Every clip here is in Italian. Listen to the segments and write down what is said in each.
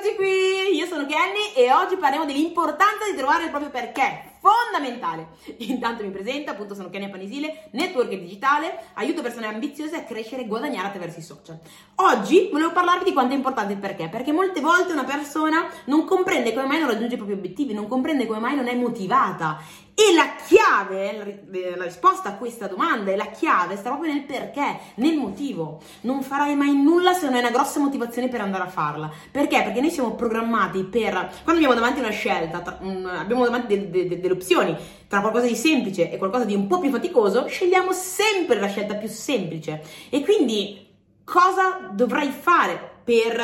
Eccoci qui, io sono Kenny e oggi parliamo dell'importanza di trovare il proprio perché, fondamentale. Intanto mi presento, appunto sono Kenny Panisile, networker digitale, aiuto persone ambiziose a crescere e guadagnare attraverso i social. Oggi volevo parlarvi di quanto è importante il perché molte volte una persona non comprende come mai non raggiunge i propri obiettivi, non comprende come mai non è motivata. E la chiave, la risposta a questa domanda e la chiave sta proprio nel perché, nel motivo. Non farai mai nulla se non hai una grossa motivazione per andare a farla. Perché? Perché noi siamo programmati per, quando abbiamo davanti una scelta, abbiamo davanti delle opzioni tra qualcosa di semplice e qualcosa di un po' più faticoso, scegliamo sempre la scelta più semplice. E quindi cosa dovrai fare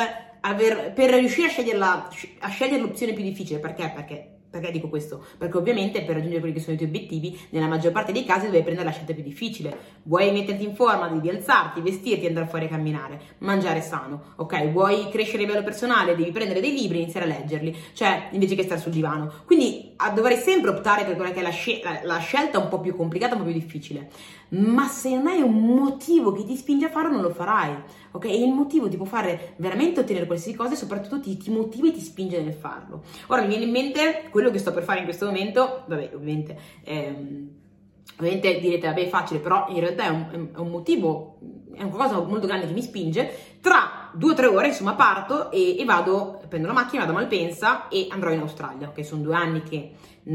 per riuscire a scegliere l'opzione più difficile? Perché dico questo? Perché ovviamente per raggiungere quelli che sono i tuoi obiettivi, nella maggior parte dei casi devi prendere la scelta più difficile. Vuoi metterti in forma, devi alzarti, vestirti, andare fuori a camminare, mangiare sano, ok? Vuoi crescere a livello personale, devi prendere dei libri e iniziare a leggerli, cioè invece che stare sul divano. Quindi dovrai sempre optare per quella che è la scelta un po' più complicata, un po' più difficile. Ma se non hai un motivo che ti spinge a farlo, non lo farai, ok? E il motivo ti può fare veramente ottenere qualsiasi cosa e soprattutto ti motiva e ti spinge nel farlo. Ora mi viene in mente quello che sto per fare in questo momento, vabbè, ovviamente direte, vabbè, è facile, però in realtà è un motivo, è una cosa molto grande che mi spinge. Tra 2 o 3 ore, insomma, parto e prendo la macchina, vado a Malpensa e andrò in Australia, ok? Sono 2 anni che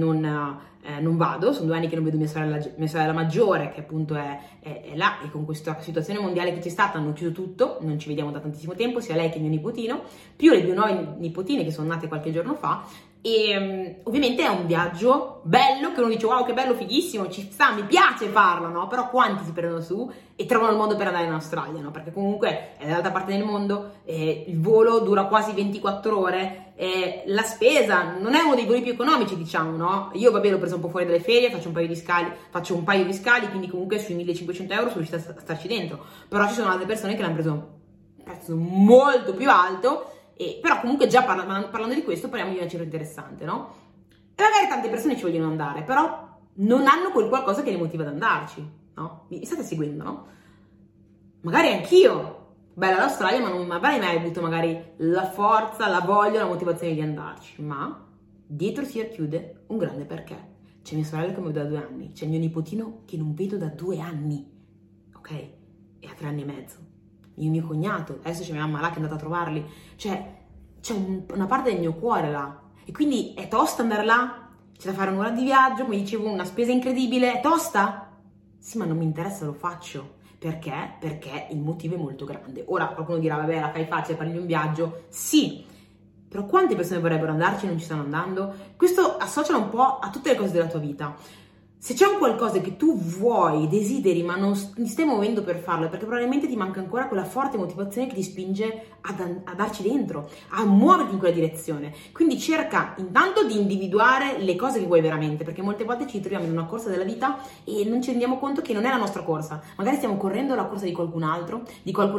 non vado, sono 2 anni che non vedo mia sorella maggiore, che appunto è là, e con questa situazione mondiale che c'è stata hanno chiuso tutto, non ci vediamo da tantissimo tempo, sia lei che mio nipotino, più le 2 nuove nipotine che sono nate qualche giorno fa. E ovviamente è un viaggio bello, che uno dice wow che bello, fighissimo, ci sta, mi piace farlo, no? Però quanti si prendono su e trovano il modo per andare in Australia, no? Perché comunque è dall'altra parte del mondo, il volo dura quasi 24 ore, la spesa non è uno dei voli più economici, diciamo, no? Io vabbè l'ho preso un po' fuori dalle ferie, faccio un paio di scali, quindi comunque sui 1.500 euro sono riuscita a starci dentro, però ci sono altre persone che l'hanno preso un prezzo molto più alto. Però comunque già parlando di questo parliamo di una cifra interessante, no? E magari tante persone ci vogliono andare, però non hanno quel qualcosa che li motiva ad andarci, no? Mi state seguendo, no? Magari anch'io, bella l'Australia, ma non avrei mai avuto magari la forza, la voglia, la motivazione di andarci, ma dietro si racchiude un grande perché. C'è mia sorella che non vedo da 2 anni, c'è il mio nipotino che non vedo da 2 anni, ok? E ha 3 anni e mezzo. Il mio cognato, adesso c'è mia mamma là che è andata a trovarli, cioè c'è una parte del mio cuore là e quindi è tosta andare là, c'è da fare 1 ora di viaggio, come dicevo, una spesa incredibile, è tosta? Sì, ma non mi interessa, lo faccio. Perché? Perché il motivo è molto grande. Ora qualcuno dirà, vabbè, la fai facile, parli di un viaggio, sì, però quante persone vorrebbero andarci e non ci stanno andando? Questo associalo un po' a tutte le cose della tua vita. Se c'è un qualcosa che tu vuoi, desideri, ma non ti stai muovendo per farlo, è perché probabilmente ti manca ancora quella forte motivazione che ti spinge a darci dentro, a muoverti in quella direzione. Quindi cerca intanto di individuare le cose che vuoi veramente, perché molte volte ci troviamo in una corsa della vita e non ci rendiamo conto che non è la nostra corsa. Magari stiamo correndo la corsa di qualcun altro che qualcun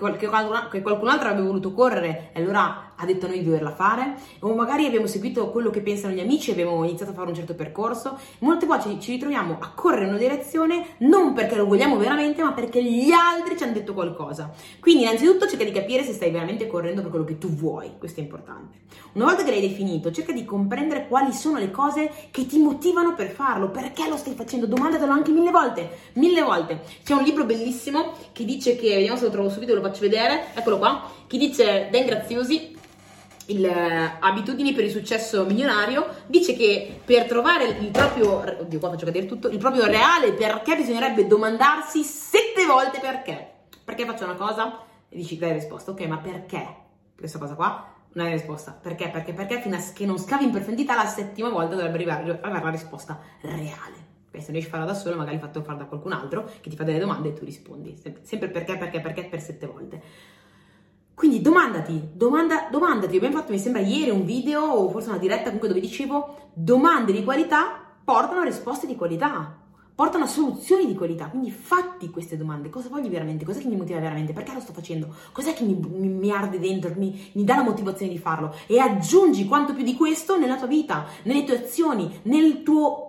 altro avrebbe voluto correre e allora ha detto a noi di doverla fare, o magari abbiamo seguito quello che pensano gli amici e abbiamo iniziato a fare un certo percorso. Molte volte ci ritroviamo a correre in una direzione non perché lo vogliamo veramente, ma perché gli altri ci hanno detto qualcosa. Quindi innanzitutto cerca di capire se stai veramente correndo per quello che tu vuoi, questo è importante. Una volta che l'hai definito, cerca di comprendere quali sono le cose che ti motivano per farlo, perché lo stai facendo, domandatelo anche 1000 volte. C'è un libro bellissimo che dice che, vediamo se lo trovo subito, lo faccio vedere, eccolo qua, che dice Dan Graziosi, abitudini per il successo milionario, dice che per trovare il proprio, oddio qua faccio cadere tutto, il proprio reale perché bisognerebbe domandarsi 7 volte perché faccio una cosa e dici dai risposta, ok, ma perché questa cosa qua? Non hai risposta, perché fino a che non scavi in profondità la 7ª volta dovrebbe arrivare la risposta reale. Se non riesci a farla da solo, magari fatto fare da qualcun altro che ti fa delle domande e tu rispondi sempre perché per 7 volte. Quindi domandati, abbiamo fatto mi sembra ieri un video o forse una diretta comunque dove dicevo domande di qualità portano a risposte di qualità. portano a soluzioni di qualità. Quindi fatti queste domande: cosa voglio veramente? Cos'è che mi motiva veramente? Perché lo sto facendo? Cos'è che mi arde dentro, mi dà la motivazione di farlo? E aggiungi quanto più di questo nella tua vita, nelle tue azioni, nella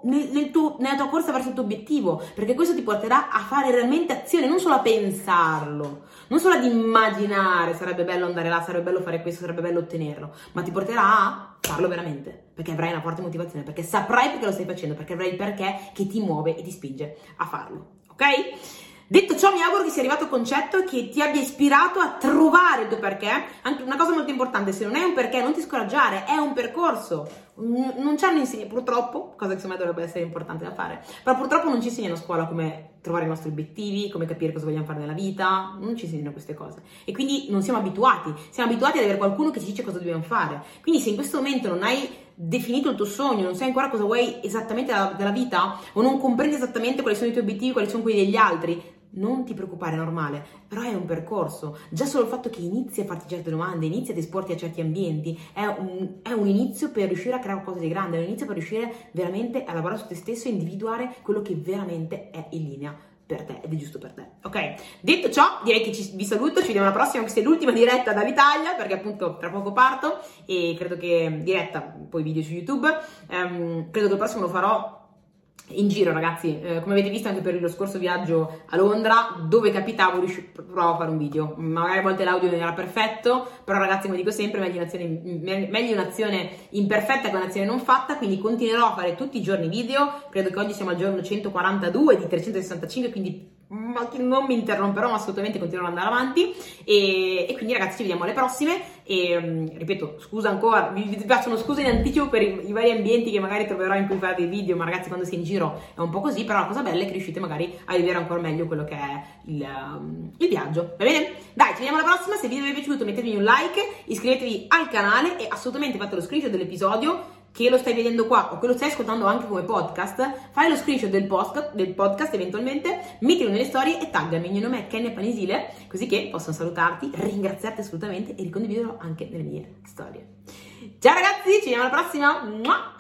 tua corsa verso il tuo obiettivo, perché questo ti porterà a fare realmente azione, non solo a pensarlo, non solo ad immaginare sarebbe bello andare là, sarebbe bello fare questo, sarebbe bello ottenerlo, ma ti porterà a farlo veramente, perché avrai una forte motivazione, perché saprai perché lo stai facendo, perché avrai il perché che ti muove e ti spinge a farlo, ok? Detto ciò, mi auguro che sia arrivato il concetto e che ti abbia ispirato a trovare il tuo perché. Anche una cosa molto importante: se non è un perché, non ti scoraggiare, è un percorso. Non ci hanno insegnato, purtroppo, cosa che secondo me dovrebbe essere importante da fare, però purtroppo non ci insegnano a scuola come trovare i nostri obiettivi, come capire cosa vogliamo fare nella vita, non ci insegnano queste cose. E quindi non siamo abituati ad avere qualcuno che ci dice cosa dobbiamo fare. Quindi se in questo momento non hai definito il tuo sogno, non sai ancora cosa vuoi esattamente dalla vita, o non comprendi esattamente quali sono i tuoi obiettivi, quali sono quelli degli altri, non ti preoccupare, è normale, però è un percorso. Già solo il fatto che inizi a farti certe domande, inizi ad esporti a certi ambienti, è un inizio per riuscire a creare qualcosa di grande, è un inizio per riuscire veramente a lavorare su te stesso e individuare quello che veramente è in linea per te ed è giusto per te, ok? Detto ciò, direi che vi saluto, ci vediamo alla prossima. Questa è l'ultima diretta dall'Italia, perché appunto tra poco parto, e credo che diretta, poi video su YouTube, credo che il prossimo lo farò in giro, ragazzi. Come avete visto anche per lo scorso viaggio a Londra, dove capitavo provavo a fare un video, magari a volte l'audio non era perfetto, però ragazzi, come dico sempre, meglio un'azione imperfetta che un'azione non fatta, quindi continuerò a fare tutti i giorni video. Credo che oggi siamo al giorno 142 di 365, quindi non mi interromperò, ma assolutamente continuerò ad andare avanti, e quindi ragazzi ci vediamo alle prossime. E ripeto, scusa ancora, vi faccio una scusa in anticipo per i vari ambienti che magari troverò in cui fare dei video, ma ragazzi, quando si è in giro è un po' così, però la cosa bella è che riuscite magari a vivere ancora meglio quello che è il viaggio, va bene? Dai, ci vediamo alla prossima. Se il video vi è piaciuto mettetemi un like, iscrivetevi al canale e assolutamente fate lo screenshot dell'episodio che lo stai vedendo qua o che lo stai ascoltando anche come podcast. Fai lo screenshot del podcast eventualmente, mettilo nelle storie e taggami. Il mio nome è Kenya Panisile, così che posso salutarti, ringraziarti assolutamente e ricondividerlo anche nelle mie storie. Ciao ragazzi, ci vediamo alla prossima.